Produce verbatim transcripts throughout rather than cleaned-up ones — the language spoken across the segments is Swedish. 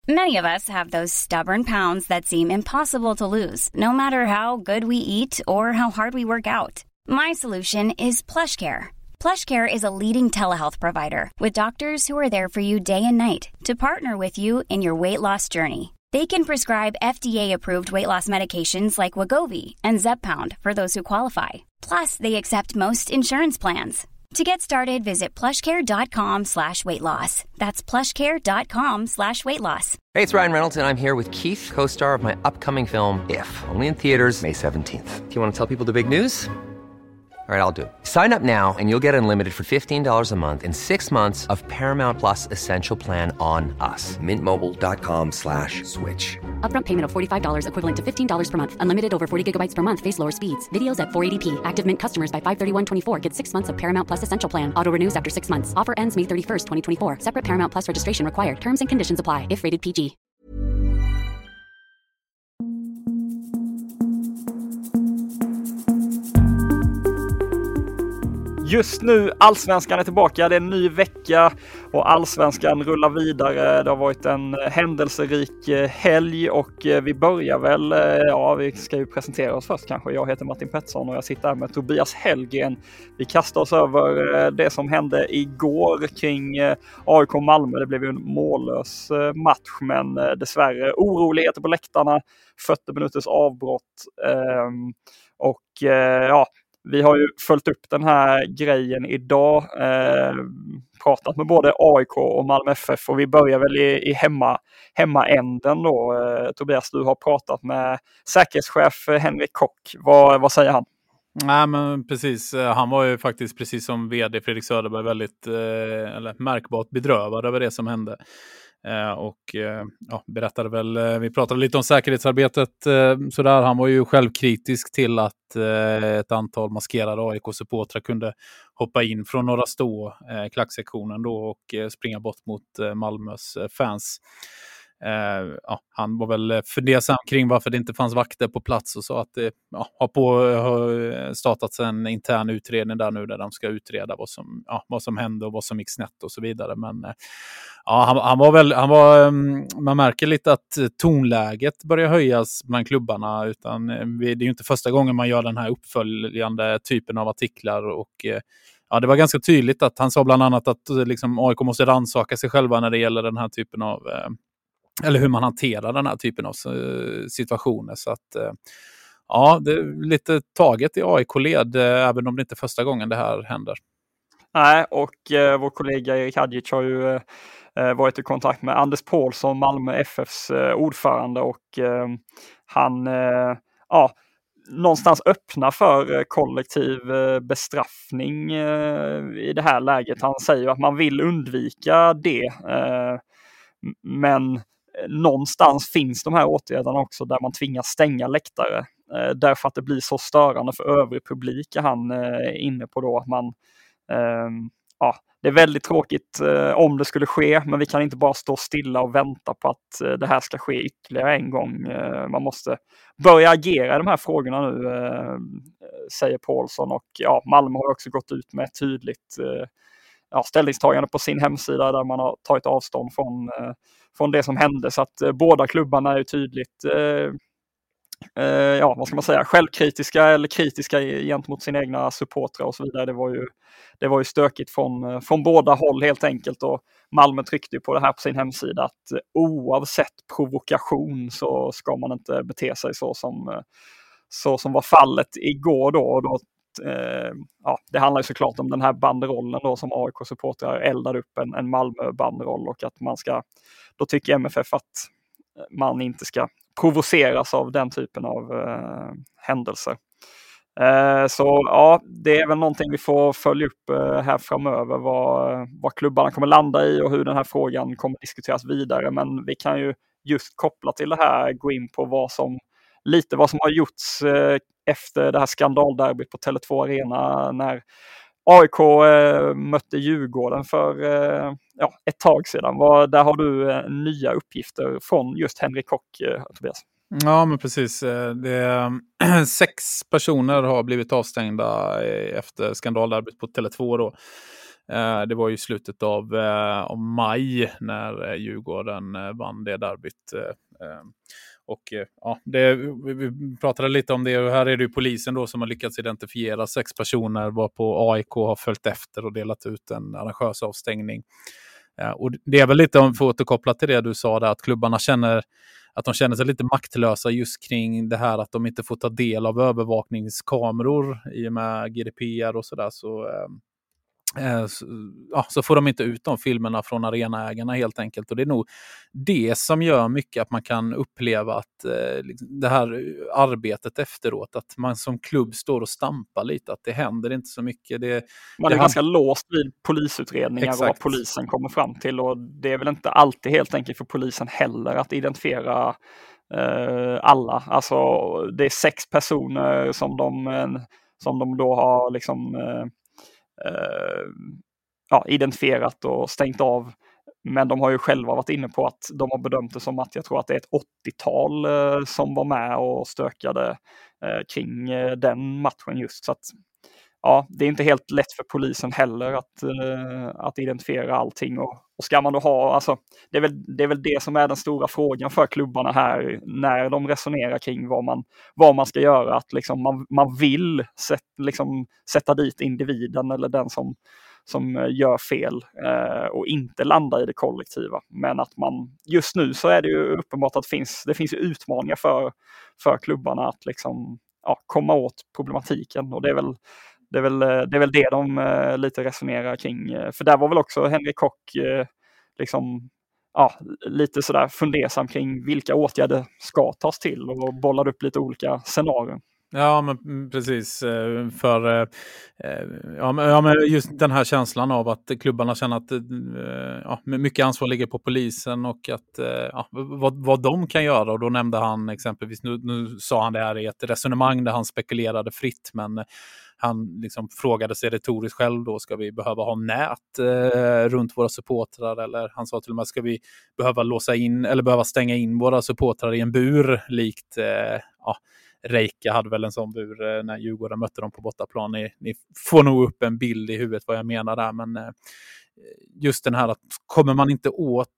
Many of us have those stubborn pounds that seem impossible to lose, no matter how good we eat or how hard we work out. My solution is PlushCare. PlushCare is a leading telehealth provider with doctors who are there for you day and night to partner with you in your weight loss journey. They can prescribe F D A-approved weight loss medications like Wegovy and Zepbound for those who qualify. Plus, they accept most insurance plans. To get started, visit plushcare.com slash weight loss. That's plushcare.com slash weight loss. Hey, it's Ryan Reynolds, and I'm here with Keith, co-star of my upcoming film, If, only in theaters May seventeenth. Do you want to tell people the big news? All right, I'll do it. Sign up now and you'll get unlimited for fifteen dollars a month and six months of Paramount Plus Essential Plan on us. Mint Mobile dot com slash switch. Upfront payment of forty-five dollars equivalent to fifteen dollars per month. Unlimited over forty gigabytes per month. Face lower speeds. Videos at four eighty p. Active Mint customers by five thirty-one twenty-four get six months of Paramount Plus Essential Plan. Auto renews after six months. Offer ends May thirty-first, twenty twenty-four. Separate Paramount Plus registration required. Terms and conditions apply if rated P G. Just nu, Allsvenskan är tillbaka. Det är en ny vecka och Allsvenskan rullar vidare. Det har varit en händelserik helg och vi börjar väl, ja vi ska ju presentera oss först kanske. Jag heter Martin Pettersson och jag sitter här med Tobias Hellgren. Vi kastar oss över det som hände igår kring A I K Malmö. Det blev ju en mållös match men dessvärre oroligheter på läktarna, fyrtio minuters avbrott och ja, vi har ju följt upp den här grejen idag, eh, pratat med både A I K och Malmö F F och vi börjar väl i, i hemma, hemmaänden då. Eh, Tobias, du har pratat med säkerhetschef Henrik Kock. Vad, vad säger han? Nej men precis, han var ju faktiskt precis som vd Fredrik Söderberg väldigt eh, eller märkbart bedrövad över det som hände. Eh, och eh, ja, berättade väl, eh, vi pratade lite om säkerhetsarbetet eh, sådär. Han var ju självkritisk till att eh, ett antal maskerade A I K-supportrar kunde hoppa in från Norra Stå, eh, klacksektionen då, och eh, springa bort mot eh, Malmös eh, fans. Eh, ja, han var väl fundersam kring varför det inte fanns vakter på plats och sa att det ja, har, på, har startats en intern utredning där nu där de ska utreda vad som, ja, vad som hände och vad som gick snett och så vidare. Men eh, ja, han, han var väl, han var, man märker lite att tonläget börjar höjas bland klubbarna, utan eh, det är ju inte första gången man gör den här uppföljande typen av artiklar och eh, ja, det var ganska tydligt att han sa bland annat att liksom, A I K måste rannsaka sig själva när det gäller den här typen av eh, eller hur man hanterar den här typen av situationer. Så att ja, det är lite taget i A I K-led, även om det inte är första gången det här händer. Nej, och eh, vår kollega Erik Hadjic har ju eh, varit i kontakt med Anders Paulsson, Malmö F Fs eh, ordförande, och eh, han eh, ja, någonstans öppnar för kollektiv eh, bestraffning eh, i det här läget. Han säger att man vill undvika det, eh, men någonstans finns de här åtgärderna också där man tvingas stänga läktare eh, därför att det blir så störande för övrig publik. Han är eh, inne på då att man eh, ja, det är väldigt tråkigt eh, om det skulle ske, men vi kan inte bara stå stilla och vänta på att eh, det här ska ske ytterligare en gång. Eh, man måste börja agera i de här frågorna nu, eh, säger Paulsson, och ja, Malmö har också gått ut med ett tydligt eh, ja, ställningstagande på sin hemsida där man har tagit avstånd från, eh, från det som hände. Så att eh, båda klubbarna är ju tydligt eh, eh, ja, vad ska man säga, självkritiska eller kritiska gentemot sina egna supportrar och så vidare. Det var ju, det var ju stökigt från, från båda håll helt enkelt, och Malmö tryckte ju på det här på sin hemsida att eh, oavsett provokation så ska man inte bete sig så som, eh, så som var fallet igår då, och då Eh, ja, det handlar ju såklart om den här banderollen då som A I K-supportrar eldade upp en, en Malmö-banderoll, och att man ska, då tycker M F F att man inte ska provoceras av den typen av eh, händelser. Eh, så ja, det är väl någonting vi får följa upp eh, här framöver, vad, vad klubbarna kommer landa i och hur den här frågan kommer diskuteras vidare, men vi kan ju just koppla till det här gå in på vad som lite vad som har gjorts eh, efter det här skandalderbyt på Tele två Arena när A I K eh, mötte Djurgården för eh, ja, ett tag sedan. Var, där har du eh, nya uppgifter från just Henrik Kock, eh, Tobias. Ja, men precis. Det är, sex personer har blivit avstängda efter skandalderbyt på Tele två då. Eh, det var ju slutet av, eh, av maj när eh, Djurgården eh, vann det derbyt. Eh, eh, och eh, ja, det, vi, vi pratade lite om det, och här är det ju polisen då som har lyckats identifiera sex personer, var på A I K har följt efter och delat ut en arrangörsavstängning. Eh, och det är väl lite, om vi får återkoppla till det du sa där, att klubbarna känner att de känner sig lite maktlösa just kring det här att de inte får ta del av övervakningskameror i och med G D P R och sådär. Så, eh, så, ja, så får de inte ut de filmerna från arenaägarna helt enkelt. Och det är nog det som gör mycket att man kan uppleva att eh, det här arbetet efteråt, att man som klubb står och stampar lite, att det händer inte så mycket. Det, man är det ganska hand... låst vid polisutredningar. Exakt. Och vad polisen kommer fram till, och det är väl inte alltid helt enkelt för polisen heller att identifiera eh, alla. Alltså det är sex personer som de, eh, som de då har liksom eh, eh, ja, identifierat och stängt av. Men de har ju själva varit inne på att de har bedömt det som att jag tror att det är ett åttiotal eh, som var med och stökade eh, kring eh, den matchen just. Så att ja, det är inte helt lätt för polisen heller att, eh, att identifiera allting. Och, och ska man då ha, alltså, det är, väl, det är väl det som är den stora frågan för klubbarna här när de resonerar kring vad man, vad man ska göra. Att liksom man, man vill sätt, liksom, sätta dit individen eller den som som gör fel eh, och inte landar i det kollektiva. Men att man, just nu så är det ju uppenbart att det finns, det finns ju utmaningar för, för klubbarna att liksom, ja, komma åt problematiken. Och det är väl det, är väl, det, är väl det de eh, lite resonerar kring. För där var väl också Henrik Kock eh, liksom, ja, lite sådär fundersam kring vilka åtgärder ska tas till och bollar upp lite olika scenarier. Ja, men precis. För ja, men just den här känslan av att klubbarna känner att ja, mycket ansvar ligger på polisen och att ja, vad, vad de kan göra. Och då nämnde han exempelvis, nu, nu sa han det här i ett resonemang där han spekulerade fritt, men han liksom frågade sig retoriskt själv då, ska vi behöva ha nät eh, runt våra supportrar? Eller han sa till och med, ska vi behöva låsa in eller behöva stänga in våra supportrar i en bur likt eh, ja, Reika hade väl en sån bur när Djurgården mötte dem på bortaplan. Ni, ni får nog upp en bild i huvudet vad jag menar där. Men eh, just den här att kommer man inte åt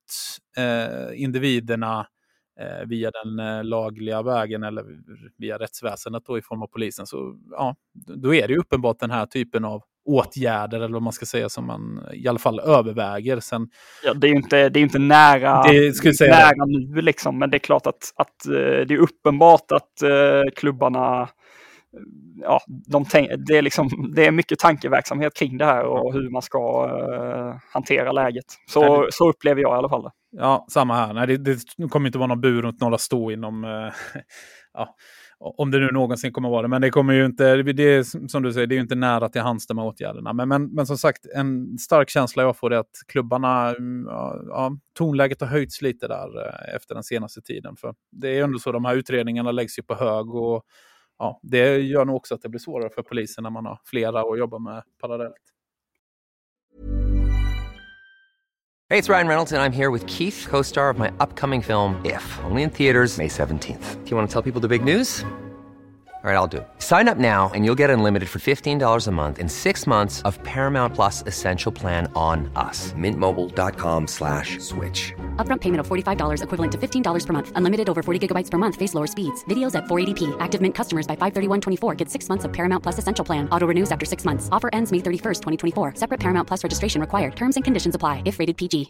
eh, individerna eh, via den eh, lagliga vägen eller via rättsväsendet då i form av polisen, så ja, då är det ju uppenbart den här typen av åtgärder eller vad man ska säga som man i alla fall överväger. Sen, ja, det är ju inte, det är inte nära, det, ska säga nära nu liksom, men det är klart att, att det är uppenbart att uh, klubbarna, ja, de tänk, det, är liksom, det är mycket tankeverksamhet kring det här och hur man ska uh, hantera läget. Så, så upplever jag i alla fall. Ja, samma här. Nej, det, det kommer inte vara någon bur runt några stå inom uh, ja, om det nu någonsin kommer vara det. Men det kommer ju inte, det är, som du säger, det är ju inte nära till hands de här åtgärderna. Men, men, men som sagt, en stark känsla jag får är att klubbarna, ja, ja, tonläget har höjts lite där efter den senaste tiden. För det är ju ändå så, de här utredningarna läggs ju på hög och ja, det gör nog också att det blir svårare för polisen när man har flera att jobba med parallellt. Hey, it's Ryan Reynolds, and I'm here with Keith, co-star of my upcoming film, If, only in theaters May seventeenth. Do you want to tell people the big news? All right, I'll do it. Sign up now and you'll get unlimited for fifteen dollars a month and six months of Paramount Plus Essential Plan on us. Mint Mobile dot com slash switch. Upfront payment of forty-five dollars equivalent to fifteen dollars per month. Unlimited over forty gigabytes per month. Face lower speeds. Videos at four eighty p. Active Mint customers by five thirty-one twenty-four get six months of Paramount Plus Essential Plan. Auto renews after six months. Offer ends May thirty-first, twenty twenty-four. Separate Paramount Plus registration required. Terms and conditions apply if rated P G.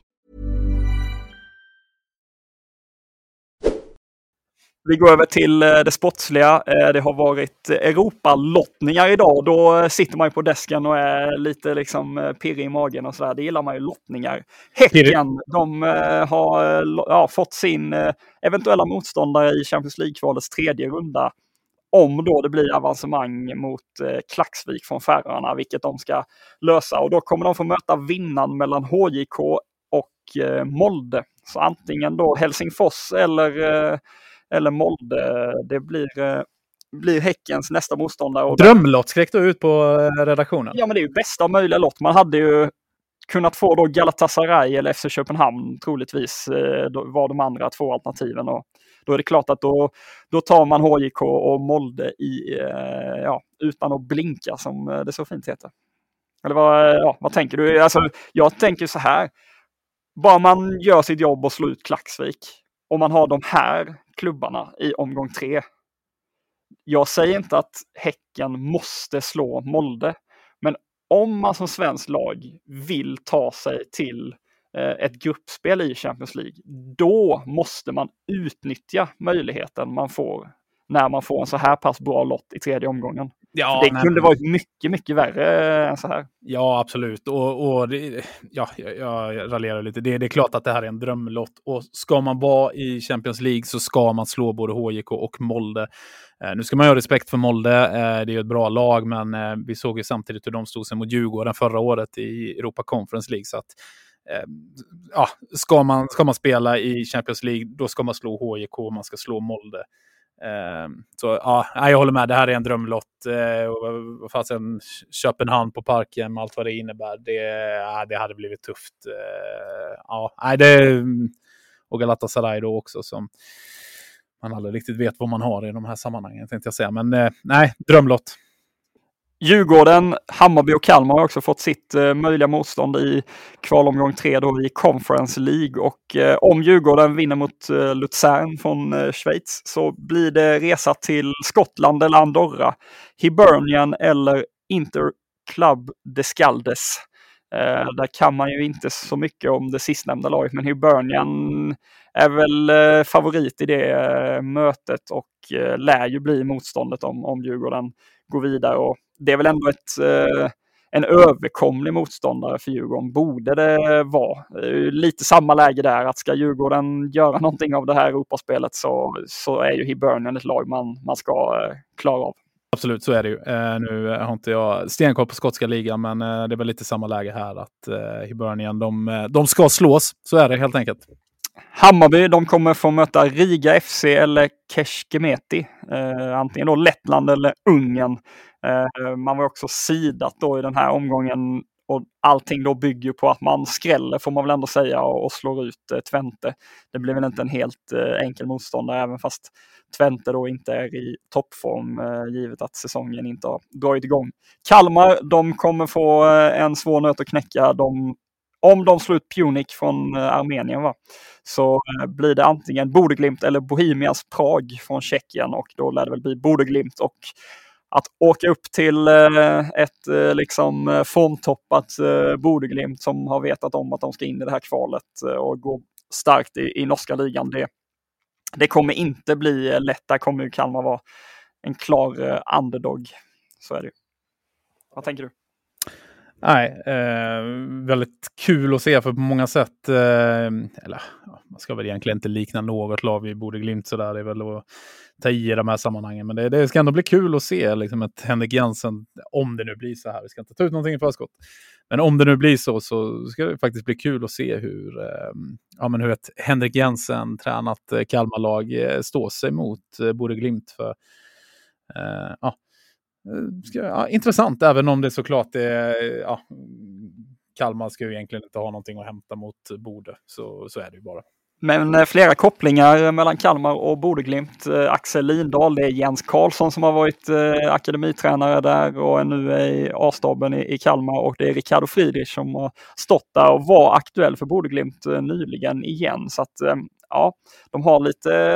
Vi går över till det sportsliga. Det har varit Europa-lottningar idag. Då sitter man ju på desken och är lite liksom pirrig i magen och sådär. Det gillar man ju, lottningar. Häcken, de har ja, fått sin eventuella motståndare i Champions League-kvalets tredje runda. Om då det blir avancemang mot Klaxvik från Färöarna, vilket de ska lösa. Och då kommer de få möta vinnaren mellan H J K och Molde. Så antingen då Helsingfors eller... eller Molde, det blir, blir Häckens nästa motståndare. Och drömlott skrek du ut på redaktionen. Ja, men det är ju bästa möjliga lott. Man hade ju kunnat få då Galatasaray eller F C Köpenhamn troligtvis var de andra två alternativen. Och då är det klart att då, då tar man H J K och Molde i, ja, utan att blinka, som det så fint heter. Eller vad, ja, vad tänker du? Alltså, jag tänker så här. Bara man gör sitt jobb och slår ut Klaxvik. Och man har de här klubbarna i omgång tre. Jag säger inte att Häcken måste slå Molde. Men om man som svensk lag vill ta sig till eh, ett gruppspel i Champions League. Då måste man utnyttja möjligheten man får när man får en så här pass bra lott i tredje omgången. Ja, det nej, kunde men... varit mycket, mycket värre än så här. Ja, absolut. Och, och det, ja, jag, jag raljerar lite. Det, det är klart att det här är en drömlott. Och ska man vara i Champions League så ska man slå både H J K och Molde. Eh, nu ska man ha respekt för Molde. Eh, det är ju ett bra lag, men eh, vi såg ju samtidigt hur de stod sig mot Djurgården förra året i Europa Conference League. Så att eh, ja, ska man, ska man spela i Champions League, då ska man slå H J K och man ska slå Molde. Uh, så ja, jag håller med, det här är en drömlott. Uh, fast en Köpenhamn på Parken med allt vad det innebär, det, uh, det hade blivit tufft. Uh, ja, nej, det, och Galatasaray då också, som man aldrig riktigt vet vad man har i de här sammanhangen, tänkte jag säga. Men uh, nej, drömlott. Djurgården, Hammarby och Kalmar har också fått sitt eh, möjliga motstånd i kvalomgång tre då i Conference League. Och eh, om Djurgården vinner mot eh, Luzern från eh, Schweiz så blir det resa till Skottland eller Andorra, Hibernian eller Interclub Descaldes. Eh, där kan man ju inte så mycket om det sistnämnda laget, men Hibernian är väl eh, favorit i det eh, mötet och eh, lär ju bli motståndet om, om Djurgården går vidare. Och det är väl ändå ett, eh, en överkomlig motståndare för Djurgården, borde det vara. Lite samma läge där, att ska Djurgården göra någonting av det här Europaspelet så, så är ju Hibernian ett lag man, man ska eh, klara av. Absolut, så är det ju. Eh, nu har inte jag stenkoll på skotska ligan, men eh, det är väl lite samma läge här, att eh, Hibernian, de, de ska slås. Så är det helt enkelt. Hammarby, de kommer få möta Riga F C eller Keshkemeti. Eh, antingen då Lettland eller Ungern. Eh, man var också sidat då i den här omgången. Och allting då bygger på att man skräller, får man väl ändå säga, och, och slår ut eh, Twente. Det blir väl inte en helt eh, enkel motståndare, även fast Twente då inte är i toppform, eh, givet att säsongen inte har dragit igång. Kalmar, de kommer få eh, en svår nöt att knäcka. De, om de slår ut Punic från eh, Armenien, va? Så eh, blir det antingen Bodø/Glimt eller Bohemians Prag från Tjeckien, och då lär det väl bli Bodø/Glimt. Och att åka upp till eh, ett eh, liksom formtoppat eh, Bodø/Glimt som har vetat om att de ska in i det här kvalet eh, och gå starkt i, i norska ligan, det, det kommer inte bli lätt. Där kommer ju Kalmar vara en klar eh, underdog. Så är det ju. Vad tänker du? Nej, eh, väldigt kul att se, för på många sätt, eh, eller man ska väl egentligen inte likna något lag i Bodø/Glimt så där, det är väl att ta i de här sammanhangen, men det, det ska ändå bli kul att se liksom ett Henrik Jensen, om det nu blir så här, vi ska inte ta ut någonting i förskott, men om det nu blir så, så ska det faktiskt bli kul att se hur, eh, ja, men hur ett Henrik Jensen tränat Kalmarlag eh, står sig mot eh, Bodø/Glimt, för eh, ja Ska, ja, intressant, även om det såklart är, ja, Kalmar ska ju egentligen inte ha någonting att hämta mot Bodø, så, så är det ju bara. Men eh, flera kopplingar mellan Kalmar och Bodø/Glimt. Eh, Axel Lindahl, det är Jens Karlsson som har varit eh, akademitränare där och är nu i A-staben i, i Kalmar, och det är Ricardo Friedrich som har stått där och var aktuell för Bodø/Glimt eh, nyligen igen. Så att eh, ja, de har lite eh,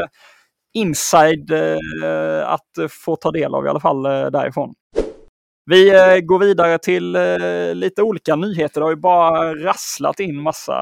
inside eh, att få ta del av i alla fall eh, därifrån. Vi eh, går vidare till eh, lite olika nyheter. Det har ju bara rasslat in massa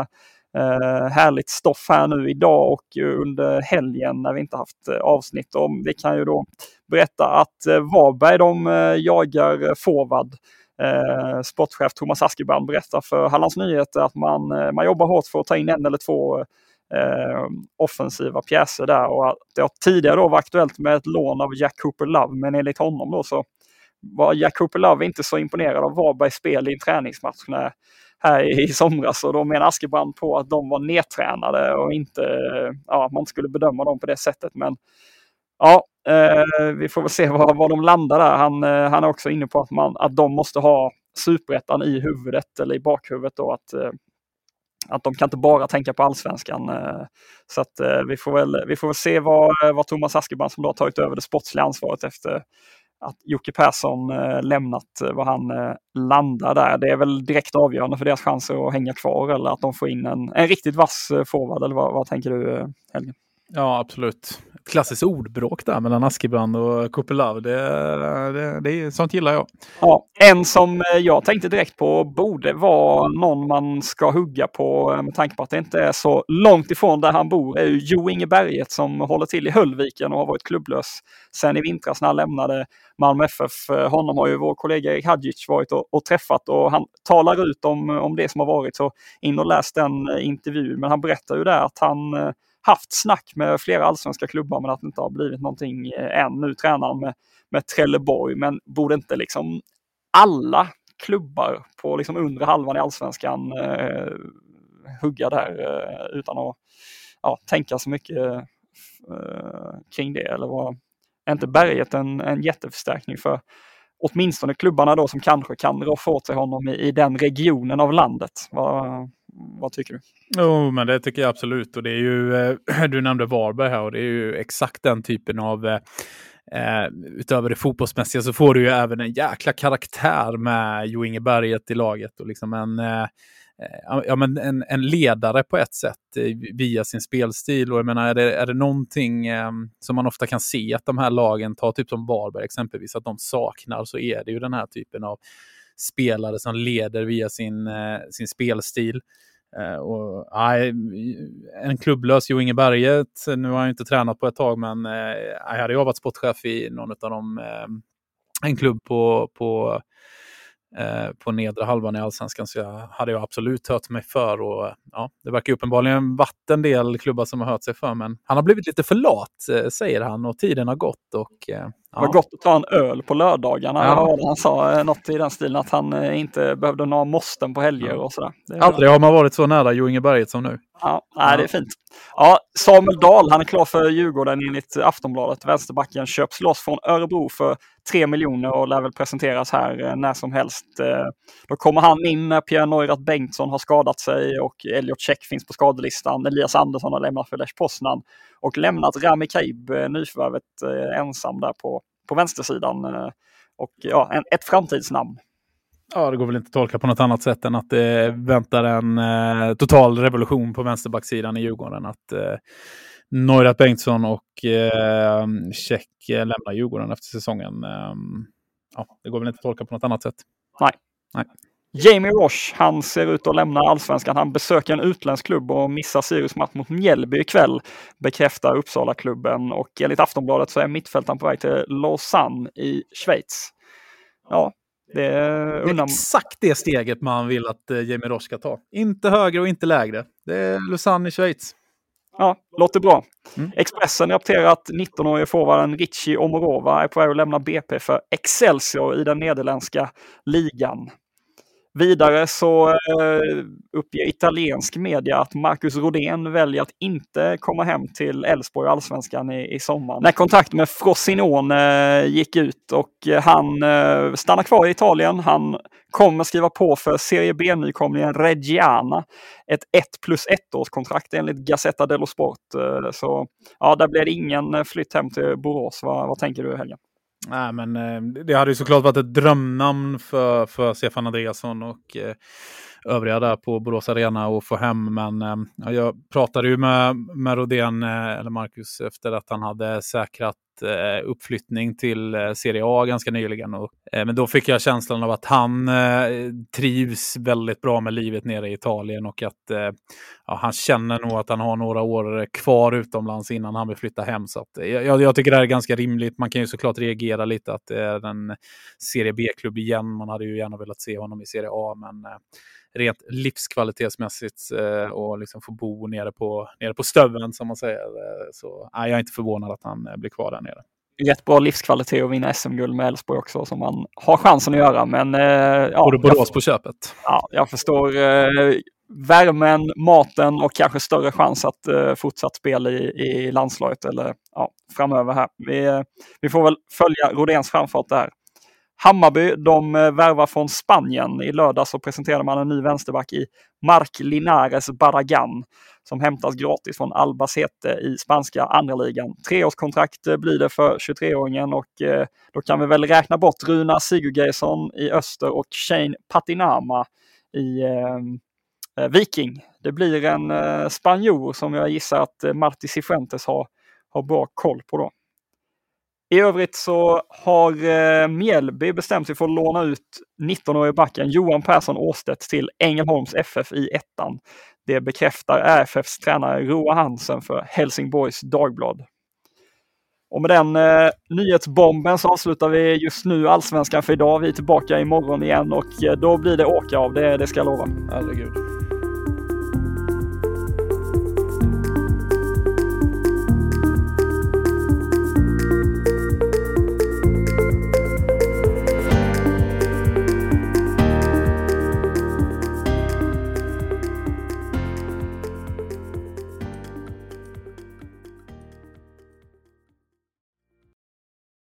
eh, härligt stoff här nu idag och under helgen när vi inte haft eh, avsnitt. Och vi kan ju då berätta att eh, Varberg, de eh, jagar forward. Eh, sportchef Thomas Askebrand berättar för Hallands Nyheter att man, eh, man jobbar hårt för att ta in en eller två Eh, offensiva pjäser där, och att det har tidigare då var aktuellt med ett lån av Jack Cooper Love, men enligt honom då så var Jack Cooper Love inte så imponerad av Varbergs spel i en träningsmatch här i somras, och då menar Askebrand på att de var nedtränade och inte, ja, man skulle bedöma dem på det sättet. Men ja, eh, vi får väl se var, var de landar där. Han, eh, han är också inne på att, man, att de måste ha superettan i huvudet eller i bakhuvudet då, att eh, att de kan inte bara tänka på allsvenskan. Så att vi får väl, vi får väl se vad, vad Thomas Askebrand, som då har tagit över det sportsliga ansvaret efter att Jocke Persson eh, lämnat, vad han eh, landar där. Det är väl direkt avgörande för deras chanser att hänga kvar, eller att de får in en, en riktigt vass eh, forward, eller vad, vad tänker du, eh, Helge? Ja, absolut. Ett klassiskt ordbråk där mellan Askebrand och Kopelav. Det, det, det är sånt gillar jag. Ja, en som jag tänkte direkt på borde vara någon man ska hugga på med tanke på att det inte är så långt ifrån där han bor, är ju Jo Inge Berget som håller till i Höllviken och har varit klubblös sen i vintras när han lämnade Malmö F F. Honom har ju vår kollega Erik Hadjic varit och, och träffat, och han talar ut om, om det som har varit, så in och läs den intervjun. Men han berättar ju där att han haft snack med flera allsvenska klubbar men att det inte har blivit någonting än. Nu tränar han med, med Trelleborg, men borde inte liksom alla klubbar på liksom undre halvan i allsvenskan eh, hugga där eh, utan att ja, tänka så mycket eh, kring det? Eller var inte Berget en, en jätteförstärkning för åtminstone klubbarna då som kanske kan roffa åt sig honom i, i den regionen av landet? Vad, vad tycker du? Jo, oh, men det tycker jag absolut. Och det är ju, eh, du nämnde Varberg här, och det är ju exakt den typen av eh, utöver det fotbollsmässiga så får du ju även en jäkla karaktär med Jo Inge Berget i laget, och liksom en, eh, ja, men en, en ledare på ett sätt eh, via sin spelstil. Och jag menar, är det, är det någonting eh, som man ofta kan se att de här lagen tar, typ som Varberg exempelvis, att de saknar, så är det ju den här typen av spelare som leder via sin, eh, sin spelstil. Uh, och, aj, en klubblös Jo Inge Berget, nu har jag inte tränat på ett tag, men uh, jag hade jobbat sportchef i någon av dem, uh, en klubb på, på, uh, på nedre halvan i allsvenskan, så jag hade ju absolut hört mig för, och uh, ja, det verkar uppenbarligen varit en del klubbar som har hört sig för, men han har blivit lite för lat, uh, säger han, och tiden har gått, och uh, det var ja. gott att ta en öl på lördagarna. Ja. Han sa något i den stilen att han inte behövde några måsten på helger och sådär. Aldrig har man varit så nära Jo Inge Berget som nu. Ja, nej, det är fint. Ja, Samuel Dahl, han är klar för Djurgården enligt Aftonbladet. Vänsterbacken köps loss från Örebro för tre miljoner och lär väl presenteras här när som helst. Då kommer han in när Pierre Neurath Bengtsson har skadat sig och Elliot Check finns på skadelistan. Elias Andersson har lämnat för Lech Poznan och lämnat Rami Kaib, nyförvärvet, ensam där på, på vänstersidan. Och ja, en, ett framtidsnamn. Ja, det går väl inte att tolka på något annat sätt än att det väntar en eh, total revolution på vänsterbacksidan i Djurgården. Att eh, Neurath Bengtsson och eh, Check lämnar Djurgården efter säsongen. Eh, ja, det går väl inte att tolka på något annat sätt. Nej. Nej. Jamie Roche, han ser ut att lämna allsvenskan. Han besöker en utländsk klubb och missar Sirius match mot Mjällby ikväll, bekräftar Uppsala-klubben. Och enligt Aftonbladet så är mittfältaren på väg till Lausanne i Schweiz. Ja, det är, det är exakt det steget man vill att uh, Jamie Roche ska ta. Inte högre och inte lägre. Det är Lausanne i Schweiz. Ja, låter bra. Mm. Expressen rapporterar att nitton-årige forwarden Richie Omorova är på väg att lämna B P för Excelsior i den nederländska ligan. Vidare så eh, uppger italiensk media att Marcus Rodén väljer att inte komma hem till Elfsborg och allsvenskan i, i sommar. När kontrakten med Frosinone eh, gick ut och eh, han eh, stannar kvar i Italien. Han kommer skriva på för Serie B-nykomlingen Reggiana. Ett ett plus ett års kontrakt enligt Gazzetta dello Sport. Eh, så ja, där blir det ingen flytt hem till Borås. Vad, vad tänker du, Helge? Nej, men eh, det hade ju såklart varit ett drömnamn för, för Stefan Andreasson och eh, övriga där på Borås Arena att få hem. Men eh, jag pratade ju med, med Rodén, eh, eller Marcus, efter att han hade säkrat eh, uppflyttning till eh, Serie A ganska nyligen. Och, eh, men då fick jag känslan av att han eh, trivs väldigt bra med livet nere i Italien, och att eh, ja, han känner nog att han har några år kvar utomlands innan han vill flytta hem. Så att, jag, jag tycker det här är ganska rimligt. Man kan ju såklart reagera lite att det är en Serie B-klubb igen. Man hade ju gärna velat se honom i Serie A, men eh, rent livskvalitetsmässigt eh, och liksom få bo nere på, nere på stöven, som man säger. Eh, så eh, jag är inte förvånad att han eh, blir kvar där nere. Rätt bra livskvalitet att vinna S M-guld med Elfsborg också, som man har chansen att göra. Men, eh, ja, Både Borås på köpet. Ja, jag förstår eh, värmen, maten och kanske större chans att eh, fortsatt spela i, i landslaget eller ja, framöver här. Vi, eh, vi får väl följa Rodéns framfart där. Hammarby, de eh, värvar från Spanien. I lördag så presenterade man en ny vänsterback i Marc Linares Barragan som hämtas gratis från Albacete i spanska andra ligan. Treårskontrakt eh, blir det för tjugotre-åringen och eh, då kan vi väl räkna bort Runa Sigurgeirsson i Öster och Shane Patinama i eh, Viking. Det blir en eh, spanjor som jag gissar att eh, Marti Cifuentes har, har bra koll på då. I övrigt så har eh, Mjällby bestämt sig för att låna ut nitton-årige backen Johan Persson Åstedt till Ängelholms F F i ettan. Det bekräftar R F Fs tränare Roa Hansen för Helsingborgs Dagblad. Och med den eh, nyhetsbomben så avslutar vi just nu Allsvenskan för idag. Vi är tillbaka imorgon igen och eh, då blir det åka av, det, det ska jag lova. Herregud.